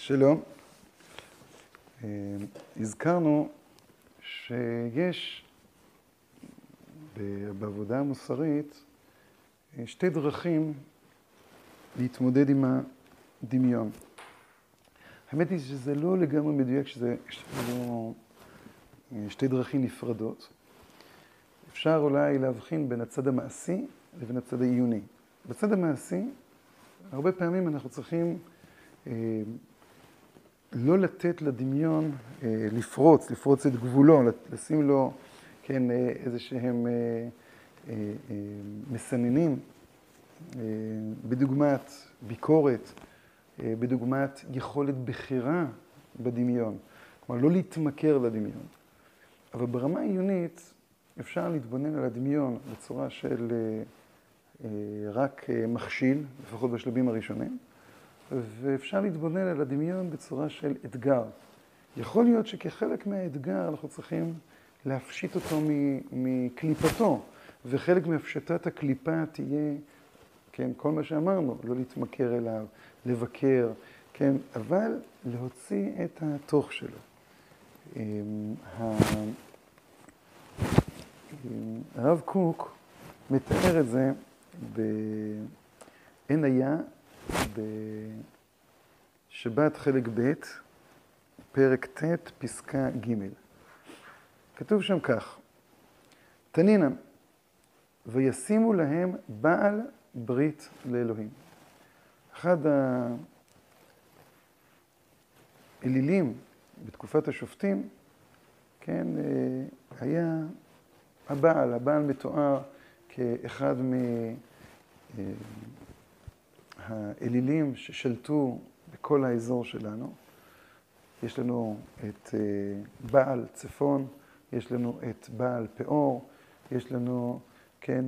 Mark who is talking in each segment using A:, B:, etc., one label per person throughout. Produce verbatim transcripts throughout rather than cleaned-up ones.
A: שלום. הזכרנו שיש בעבודה המוסרית שתי דרכים להתמודד עם הדמיון. האמת היא שזה לא לגמרי מדויק שזה לא שתי דרכים נפרדות. אפשר אולי להבחין בין הצד המעשי לבין הצד העיוני. בצד המעשי, הרבה פעמים אנחנו צריכים אה, לא לתת לדמיון אה, לפרוץ, לפרוץ את גבולו, לשים לו כן, אה, איזה שהם אה, אה, אה, מסננים, אה, בדוגמת ביקורת, אה, בדוגמת יכולת בחירה בדמיון. כלומר, לא להתמכר לדמיון. אבל ברמה העיונית אפשר להתבונן על הדמיון בצורה של אה, אה, רק אה, מכשיל, לפחות בשלבים הראשונים, ואפשר להתבונן על הדמיון בצורה של אתגר. יכול להיות שכחלק מהאתגר אנחנו צריכים להפשיט אותו מקליפתו, וחלק מהפשטת הקליפה תהיה, כן, כל מה שאמרנו, לא להתמכר אליו, לבקר, כן, אבל להוציא את התוך שלו. הרב קוק מתאר את זה בעין היה, בשבת חלק ב', פרק ט', פסקה ג'. כתוב שם כך: תנינם, וישימו להם בעל ברית לאלוהים. אחד האלילים בתקופת השופטים, כן, היה הבעל, הבעל מתואר כאחד מהאלילים ששלטו בכל האזור שלנו. יש לנו את בעל צפון, יש לנו את בעל פאור, יש לנו, כן,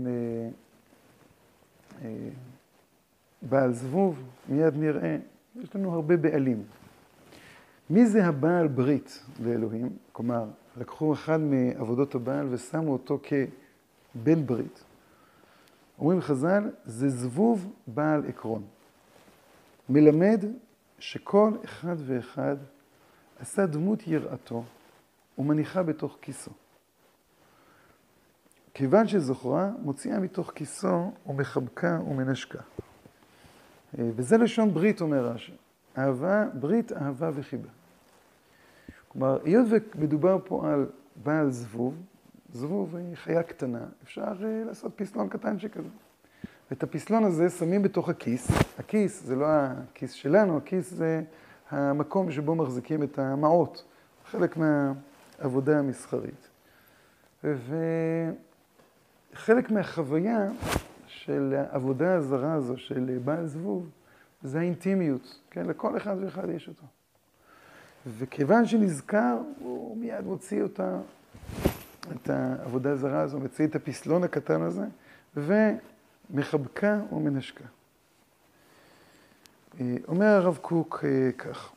A: בעל זבוב, מיד נראה, יש לנו הרבה בעלים. מי זה הבעל ברית לאלוהים? כלומר, לקחו אחד מעבודות הבעל ושמו אותו כבן ברית. אומרים חז"ל, זה זבוב בעל עקרון. מלמד שכל אחד ואחד עשה דמות יראתו ומניחה בתוך כיסו. כיוון שזוכרה, מוציאה מתוך כיסו ומחבקה ומנשקה. וזה לשון ברית, אומר רש"י. אהבה, ברית, אהבה וחיבה. כלומר, היות ומדובר פה על בעל זבוב, זבוב היא חיה קטנה, אפשר לעשות פסלון קטן שכזה. ואת הפסלון הזה שמים בתוך הכיס. הכיס זה לא הכיס שלנו, הכיס זה המקום שבו מחזיקים את המעות, חלק מהעבודה המסחרית. וחלק מהחוויה של העבודה הזרה הזו של בעל זבוב, זה האינטימיות, כן? לכל אחד ואחד יש אותו. וכיוון שנזכר, הוא מיד מוציא אותה, את העבודה הזרה הזו, מוציא את הפסלון הקטן הזה, ומחבקה ומנשקה. אומר הרב קוק כך: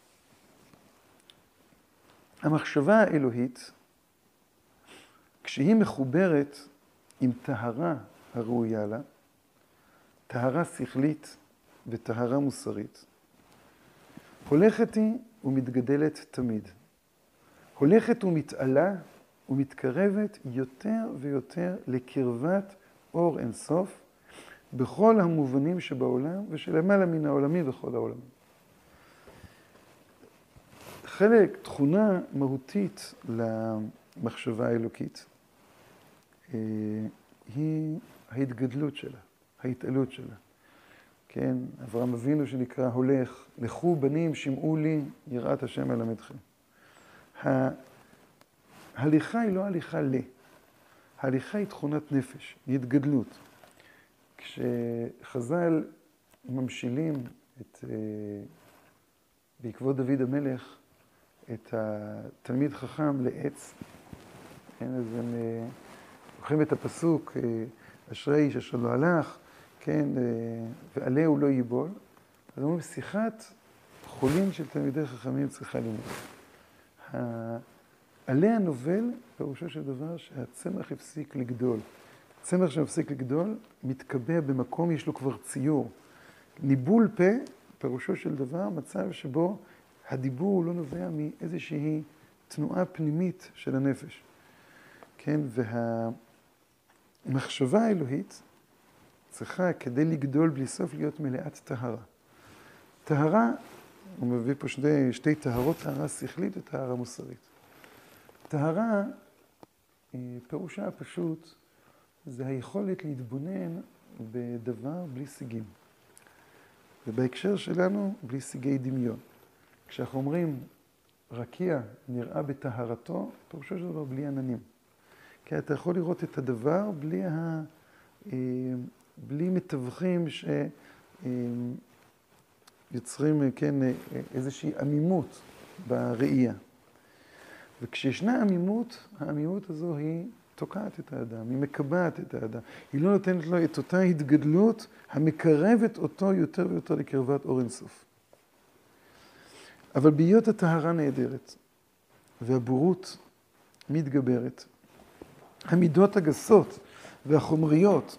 A: המחשבה האלוהית, כשהיא מחוברת עם טהרה הראויה לה, טהרה שכלית וטהרה מוסרית, הולכת היא ומתגדלת תמיד. הולכת ומתעלה ומתקרבת יותר ויותר לקרבת אור אינסוף, בכל המובנים שבעולם ושלמעלה מן העולמי וכל העולמים. חלק, תכונה מהותית למחשבה האלוקית, היא ההתגדלות שלה, ההתעלות שלה. כן, אברהם אבינו שנקרא הולך, לכו בנים שמעו לי יראת השם אלמדכם. ההליכה היא לא הליכה ל, ההליכה היא תכונת נפש, היא התגדלות. כשחז"ל ממשילים את, בעקבות דוד המלך, את התלמיד חכם לעץ, כן, אז הם לוקחים את הפסוק, אשרי איש אשר לא הלך, כן, ועלה הוא לא ייבול. אז אומרים, שיחת חולין של תלמידי חכמים צריכה ללמוד. עלה הנובל, פירושו של דבר שהצמח הפסיק לגדול. צמח שמפסיק לגדול, מתקבע במקום, יש לו כבר ציור. ניבול פה, פירושו של דבר, מצב שבו הדיבור לא נובע מאיזושהי תנועה פנימית של הנפש. כן, והמחשבה האלוהית צריכה כדי לגדול בלי סוף להיות מלאת טהרה. טהרה, הוא מביא פה שתי, שתי טהרות, טהרה שכלית וטהרה מוסרית. טהרה, פירושה הפשוט, זה היכולת להתבונן בדבר בלי סיגים. ובהקשר שלנו, בלי סיגי דמיון. כשאנחנו אומרים, רקיע נראה בטהרתו, פירושו של דבר בלי עננים. כי אתה יכול לראות את הדבר בלי, ה... בלי מתווכים שיוצרים, כן, איזושהי עמימות בראייה. וכשישנה עמימות, העמימות הזו היא תוקעת את האדם, היא מקבעת את האדם. היא לא נותנת לו את אותה התגדלות המקרבת אותו יותר ויותר לקרבת אור אינסוף. אבל בהיות הטהרה נהדרת, והבורות מתגברת, המידות הגסות והחומריות,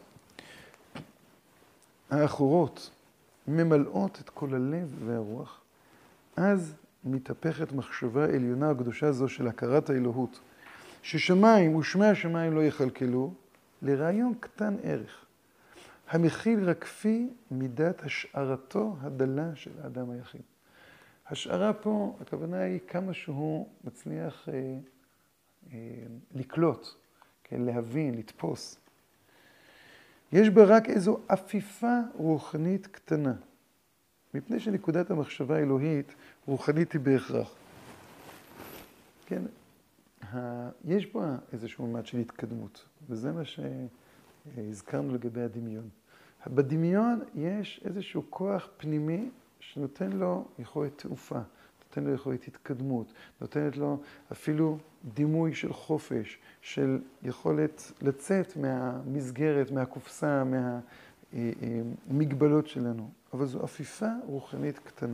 A: האחורות, ממלאות את כל הלב והרוח, אז מתהפכת מחשבה עליונה הקדושה זו של הכרת האלוהות, ששמיים ושמי השמיים לא יכלכלו, לרעיון קטן ערך, המכיל רק כפי מידת השארתו הדלה של האדם היחיד. השארה פה, הכוונה היא כמה שהוא מצליח אה, אה, לקלוט, כן, להבין, לתפוס. יש בה רק איזו עפיפה רוחנית קטנה, מפני שנקודת המחשבה האלוהית רוחנית היא בהכרח. כן, ה... יש בה איזשהו ממד של התקדמות, וזה מה שהזכרנו לגבי הדמיון. בדמיון יש איזשהו כוח פנימי שנותן לו יכולת תעופה, נותן לו יכולת התקדמות, נותנת לו אפילו דימוי של חופש, של יכולת לצאת מהמסגרת, מהקופסה, מהמגבלות שלנו. אבל זו עפיפה רוחנית קטנה.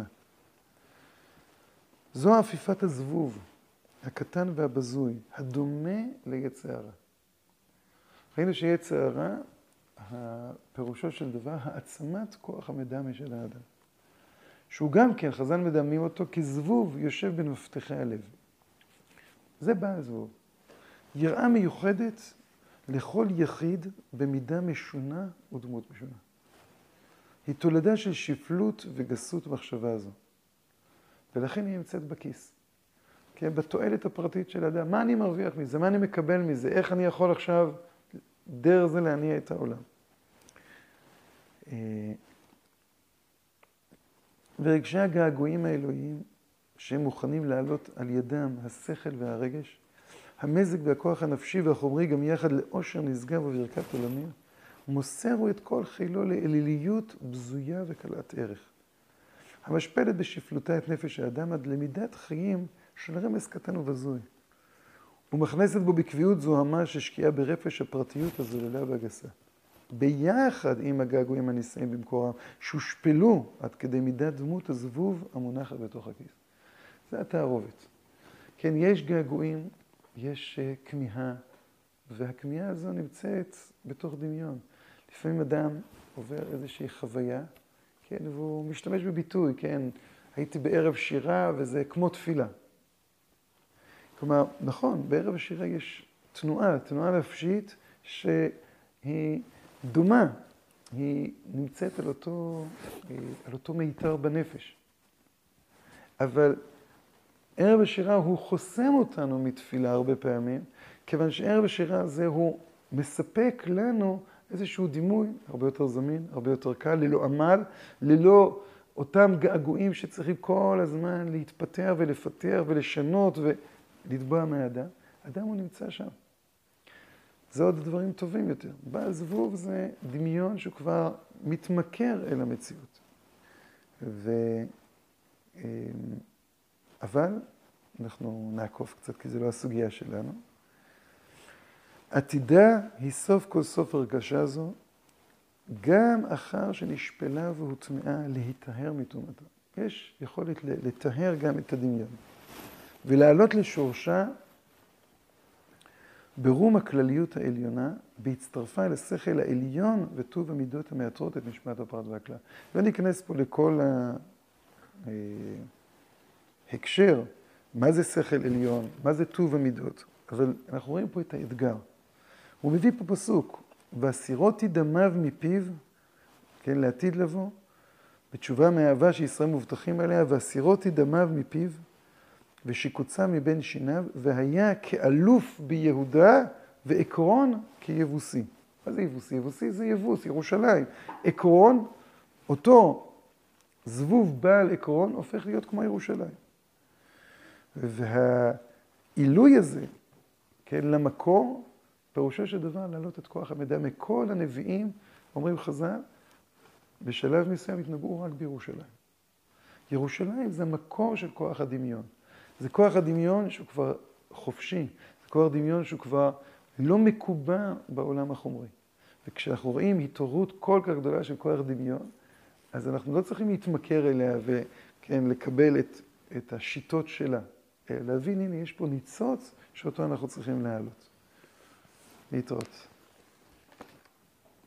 A: זו עפיפת הזבוב, הקטן והבזוי, הדומה ליצר הרע. ראינו שיצר הרע, הפירושו של דבר, העצמת כוח המדמה של האדם. שהוא גם כן, חז"ל מדמים אותו כזבוב יושב בין מפתחי הלב. זה בא הזבוב. יראה מיוחדת לכל יחיד במידה משונה ודמות משונה. היא תולדה של שפלות וגסות מחשבה הזו. ולכן היא נמצאת בכיס. כן, בתועלת הפרטית של האדם. מה אני מרוויח מזה? מה אני מקבל מזה? איך אני יכול עכשיו דרך זה להניע את העולם? ורגשי הגעגועים האלוהיים שהם מוכנים לעלות על ידם השכל והרגש, המזג והכוח הנפשי והחומרי גם יחד לאושר נשגב וברכת עולמי, מוסרו את כל חילו לאליליות בזויה וקלת ערך. המשפלת בשפלותה את נפש האדם עד למידת חיים של רמז קטן ובזוי. ומכנסת בו בקביעות זוהמה ששקיעה ברפש הפרטיות הזוללה והגסה. ביחד עם הגעגועים הנישאים במקורם, שהושפלו עד כדי מידת דמות הזבוב המונחת בתוך הכיס. זה התערובת. כן, יש געגועים, יש כמיהה, והכמיהה הזו נמצאת בתוך דמיון. לפעמים אדם עובר איזושהי חוויה, כן, והוא משתמש בביטוי, כן, הייתי בערב שירה וזה כמו תפילה. כלומר, נכון, בערב השירה יש תנועה, תנועה נפשית שהיא דומה, היא נמצאת על אותו, על אותו מיתר בנפש. אבל ערב השירה הוא חוסם אותנו מתפילה הרבה פעמים, כיוון שערב השירה הזה הוא מספק לנו איזשהו דימוי הרבה יותר זמין, הרבה יותר קל, ללא עמל, ללא אותם געגועים שצריכים כל הזמן להתפתח ולפתח ולשנות ולטבוע מהאדם. אדם הוא נמצא שם. זה עוד דברים טובים יותר. בעל זבוב זה דמיון שהוא כבר מתמכר אל המציאות. ו... אבל אנחנו נעקוף קצת, כי זה לא הסוגיה שלנו. עתידה היא סוף כל סוף הרגשה זו, גם אחר שנשפלה והוטמעה להיטהר מטומאתה. יש יכולת לטהר גם את הדמיון. ולעלות לשורשה ברום הכלליות העליונה, בהצטרפה אל השכל העליון וטוב המידות המאתרות את נשמת הפרט והכלל. ואני אכנס פה לכל הקשר, מה זה שכל עליון, מה זה טוב המידות. אבל אנחנו רואים פה את האתגר. הוא מביא פה פסוק, והסירותי דמיו מפיו, כן, לעתיד לבוא, בתשובה מהאהבה שישראל מובטחים עליה, והסירותי דמיו מפיו, ושיקוצה מבין שיניו, והיה כאלוף ביהודה, ועקרון כיבוסי. מה זה יבוסי? יבוסי זה יבוס, ירושלים. עקרון, אותו זבוב בעל עקרון, הופך להיות כמו ירושלים. והעילוי הזה, כן, למקור, פירושו של דבר להעלות את כוח המידע מכל הנביאים, אומרים חז"ל, בשלב מסוים התנבאו רק בירושלים. ירושלים זה המקור של כוח הדמיון. זה כוח הדמיון שהוא כבר חופשי, זה כוח דמיון שהוא כבר לא מקובע בעולם החומרי. וכשאנחנו רואים התעוררות כל כך גדולה של כוח דמיון, אז אנחנו לא צריכים להתמכר אליה וכן, לקבל את, את השיטות שלה. להבין, הנה, יש פה ניצוץ שאותו אנחנו צריכים להעלות. להתראות.